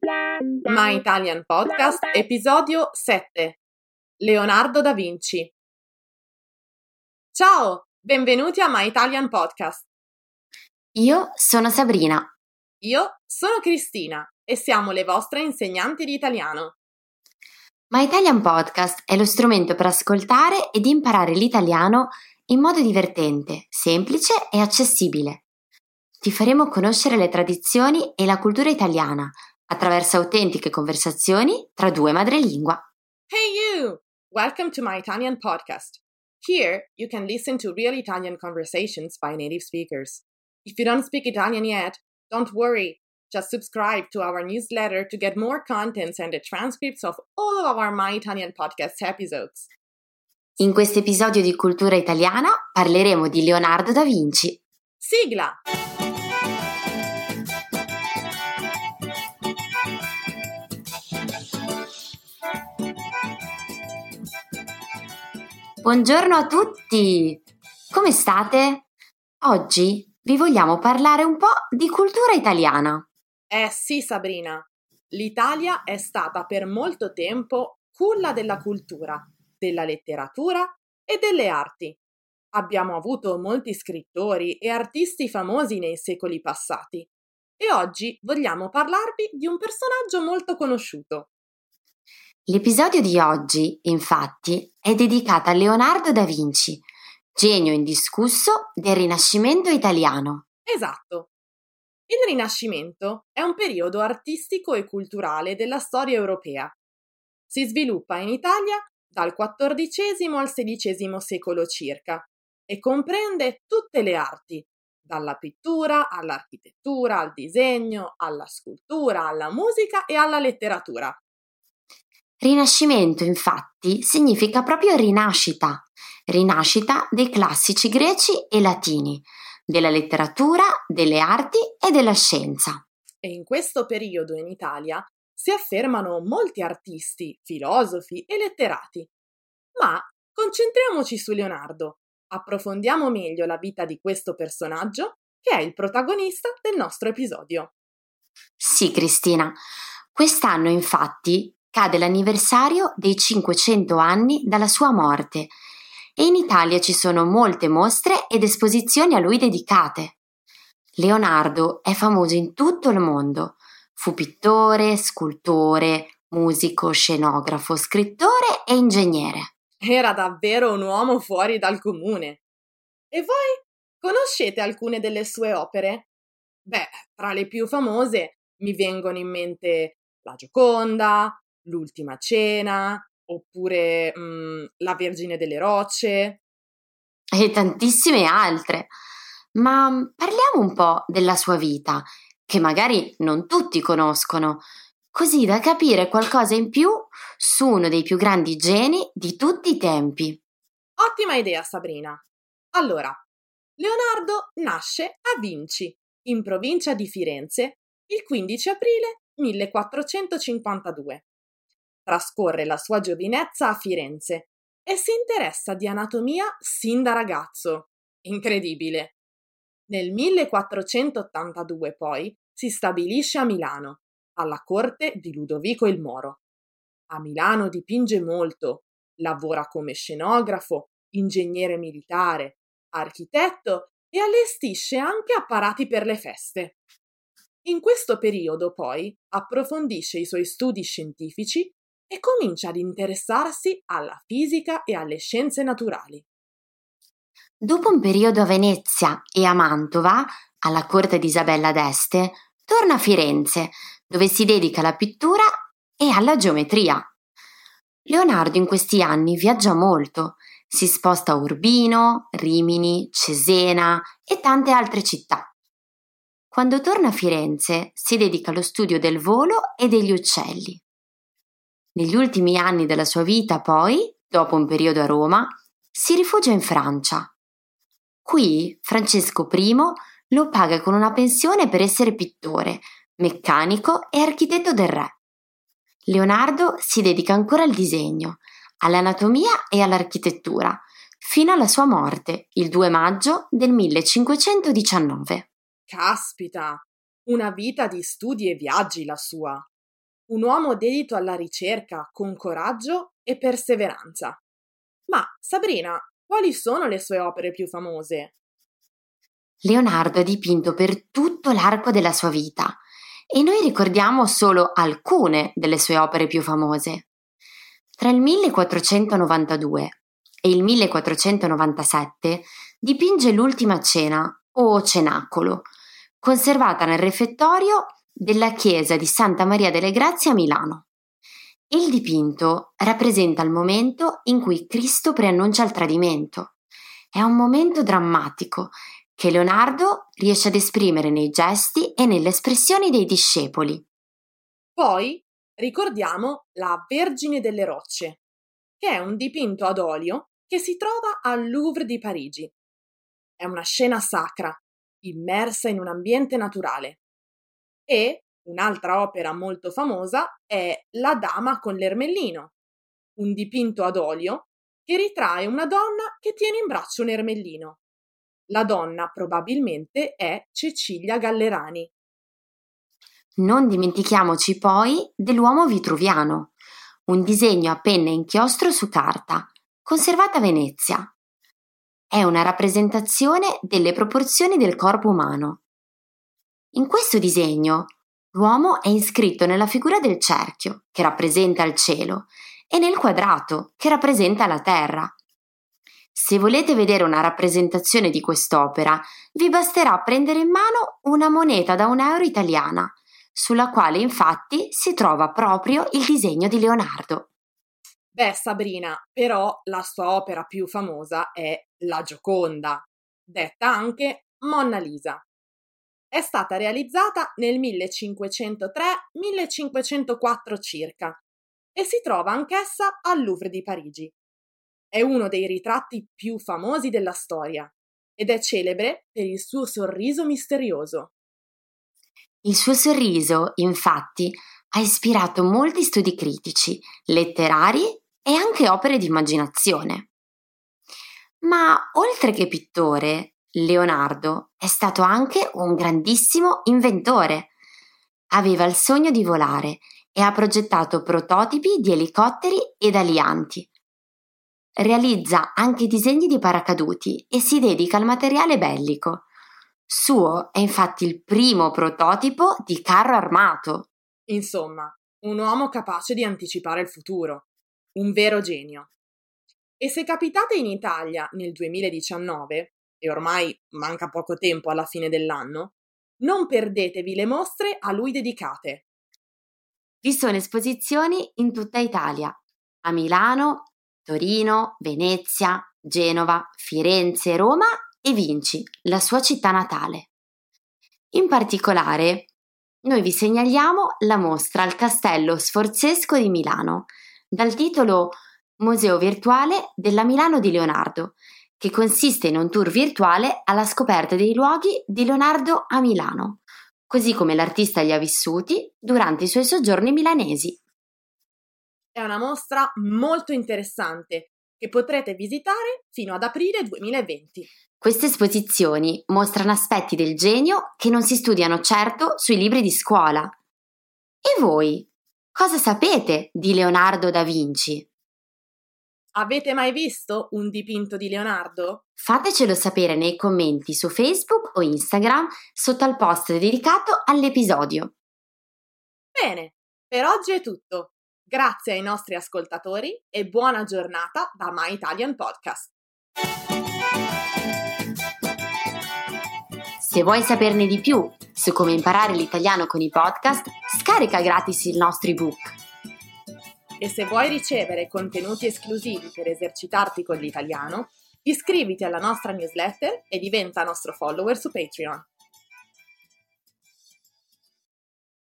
My Italian Podcast, episodio 7. Leonardo da Vinci. Ciao, benvenuti a My Italian Podcast. Io sono Sabrina. Io sono Cristina e siamo le vostre insegnanti di italiano. My Italian Podcast è lo strumento per ascoltare ed imparare l'italiano in modo divertente, semplice e accessibile. Ti faremo conoscere le tradizioni e la cultura italiana attraverso autentiche conversazioni tra due madrelingua. Hey you! Welcome to My Italian Podcast. Here, you can listen to real Italian conversations by native speakers. If you don't speak Italian yet, don't worry. Just subscribe to our newsletter to get more contents and the transcripts of all of our My Italian Podcast episodes. In questo episodio di Cultura Italiana parleremo di Leonardo da Vinci. Sigla! Buongiorno a tutti! Come state? Oggi vi vogliamo parlare un po' di cultura italiana. Sì, Sabrina. L'Italia è stata per molto tempo culla della cultura, della letteratura e delle arti. Abbiamo avuto molti scrittori e artisti famosi nei secoli passati e oggi vogliamo parlarvi di un personaggio molto conosciuto. L'episodio di oggi, infatti, è dedicato a Leonardo da Vinci, genio indiscusso del Rinascimento italiano. Esatto. Il Rinascimento è un periodo artistico e culturale della storia europea. Si sviluppa in Italia dal XIV al XVI secolo circa e comprende tutte le arti, dalla pittura all'architettura, al disegno, alla scultura, alla musica e alla letteratura. Rinascimento, infatti, significa proprio rinascita dei classici greci e latini, della letteratura, delle arti e della scienza. E in questo periodo in Italia si affermano molti artisti, filosofi e letterati. Ma concentriamoci su Leonardo, approfondiamo meglio la vita di questo personaggio che è il protagonista del nostro episodio. Sì, Cristina, quest'anno infatti cade l'anniversario dei 500 anni dalla sua morte e in Italia ci sono molte mostre ed esposizioni a lui dedicate. Leonardo è famoso in tutto il mondo. Fu pittore, scultore, musico, scenografo, scrittore e ingegnere. Era davvero un uomo fuori dal comune. E voi conoscete alcune delle sue opere? Tra le più famose mi vengono in mente La Gioconda, L'Ultima Cena, oppure La Vergine delle Rocce. E tantissime altre. Ma parliamo un po' della sua vita, che magari non tutti conoscono, così da capire qualcosa in più su uno dei più grandi geni di tutti i tempi. Ottima idea, Sabrina. Allora, Leonardo nasce a Vinci, in provincia di Firenze, il 15 aprile 1452. Trascorre la sua giovinezza a Firenze e si interessa di anatomia sin da ragazzo. Incredibile! Nel 1482 poi si stabilisce a Milano, alla corte di Ludovico il Moro. A Milano dipinge molto, lavora come scenografo, ingegnere militare, architetto e allestisce anche apparati per le feste. In questo periodo poi approfondisce i suoi studi scientifici e comincia ad interessarsi alla fisica e alle scienze naturali. Dopo un periodo a Venezia e a Mantova, alla corte di Isabella d'Este, torna a Firenze, dove si dedica alla pittura e alla geometria. Leonardo in questi anni viaggia molto, si sposta a Urbino, Rimini, Cesena e tante altre città. Quando torna a Firenze si dedica allo studio del volo e degli uccelli. Negli ultimi anni della sua vita, poi, dopo un periodo a Roma, si rifugia in Francia. Qui Francesco I lo paga con una pensione per essere pittore, meccanico e architetto del re. Leonardo si dedica ancora al disegno, all'anatomia e all'architettura, fino alla sua morte, il 2 maggio del 1519. Caspita! Una vita di studi e viaggi la sua! un uomo dedito alla ricerca con coraggio e perseveranza. Ma, Sabrina, quali sono le sue opere più famose? Leonardo ha dipinto per tutto l'arco della sua vita e noi ricordiamo solo alcune delle sue opere più famose. Tra il 1492 e il 1497 dipinge l'Ultima Cena o Cenacolo, conservata nel refettorio della chiesa di Santa Maria delle Grazie a Milano. Il dipinto rappresenta il momento in cui Cristo preannuncia il tradimento. È un momento drammatico che Leonardo riesce ad esprimere nei gesti e nelle espressioni dei discepoli. Poi ricordiamo la Vergine delle Rocce, che è un dipinto ad olio che si trova al Louvre di Parigi. È una scena sacra, immersa in un ambiente naturale. E un'altra opera molto famosa è La Dama con l'Ermellino, un dipinto ad olio che ritrae una donna che tiene in braccio un ermellino. La donna probabilmente è Cecilia Gallerani. Non dimentichiamoci poi dell'uomo vitruviano, un disegno a penna e inchiostro su carta, conservata a Venezia. È una rappresentazione delle proporzioni del corpo umano. In questo disegno l'uomo è iscritto nella figura del cerchio, che rappresenta il cielo, e nel quadrato, che rappresenta la terra. Se volete vedere una rappresentazione di quest'opera, vi basterà prendere in mano una moneta da €1 italiana, sulla quale infatti si trova proprio il disegno di Leonardo. Beh, Sabrina, però la sua opera più famosa è La Gioconda, detta anche Monna Lisa. È stata realizzata nel 1503-1504 circa e si trova anch'essa al Louvre di Parigi. È uno dei ritratti più famosi della storia ed è celebre per il suo sorriso misterioso. Il suo sorriso, infatti, ha ispirato molti studi critici, letterari e anche opere di immaginazione. Ma oltre che pittore, Leonardo è stato anche un grandissimo inventore. Aveva il sogno di volare e ha progettato prototipi di elicotteri ed alianti. Realizza anche disegni di paracaduti e si dedica al materiale bellico. Suo è infatti il primo prototipo di carro armato. Insomma, un uomo capace di anticipare il futuro, un vero genio. E se capitate in Italia nel 2019, e ormai manca poco tempo alla fine dell'anno, non perdetevi le mostre a lui dedicate. Vi sono esposizioni in tutta Italia, a Milano, Torino, Venezia, Genova, Firenze, Roma e Vinci, la sua città natale. In particolare, noi vi segnaliamo la mostra al Castello Sforzesco di Milano, dal titolo Museo virtuale della Milano di Leonardo, che consiste in un tour virtuale alla scoperta dei luoghi di Leonardo a Milano, così come l'artista li ha vissuti durante i suoi soggiorni milanesi. È una mostra molto interessante che potrete visitare fino ad aprile 2020. Queste esposizioni mostrano aspetti del genio che non si studiano certo sui libri di scuola. E voi, cosa sapete di Leonardo da Vinci? Avete mai visto un dipinto di Leonardo? Fatecelo sapere nei commenti su Facebook o Instagram sotto al post dedicato all'episodio. Bene, per oggi è tutto. Grazie ai nostri ascoltatori e buona giornata da My Italian Podcast. Se vuoi saperne di più su come imparare l'italiano con i podcast, scarica gratis il nostro ebook. E se vuoi ricevere contenuti esclusivi per esercitarti con l'italiano, iscriviti alla nostra newsletter e diventa nostro follower su Patreon.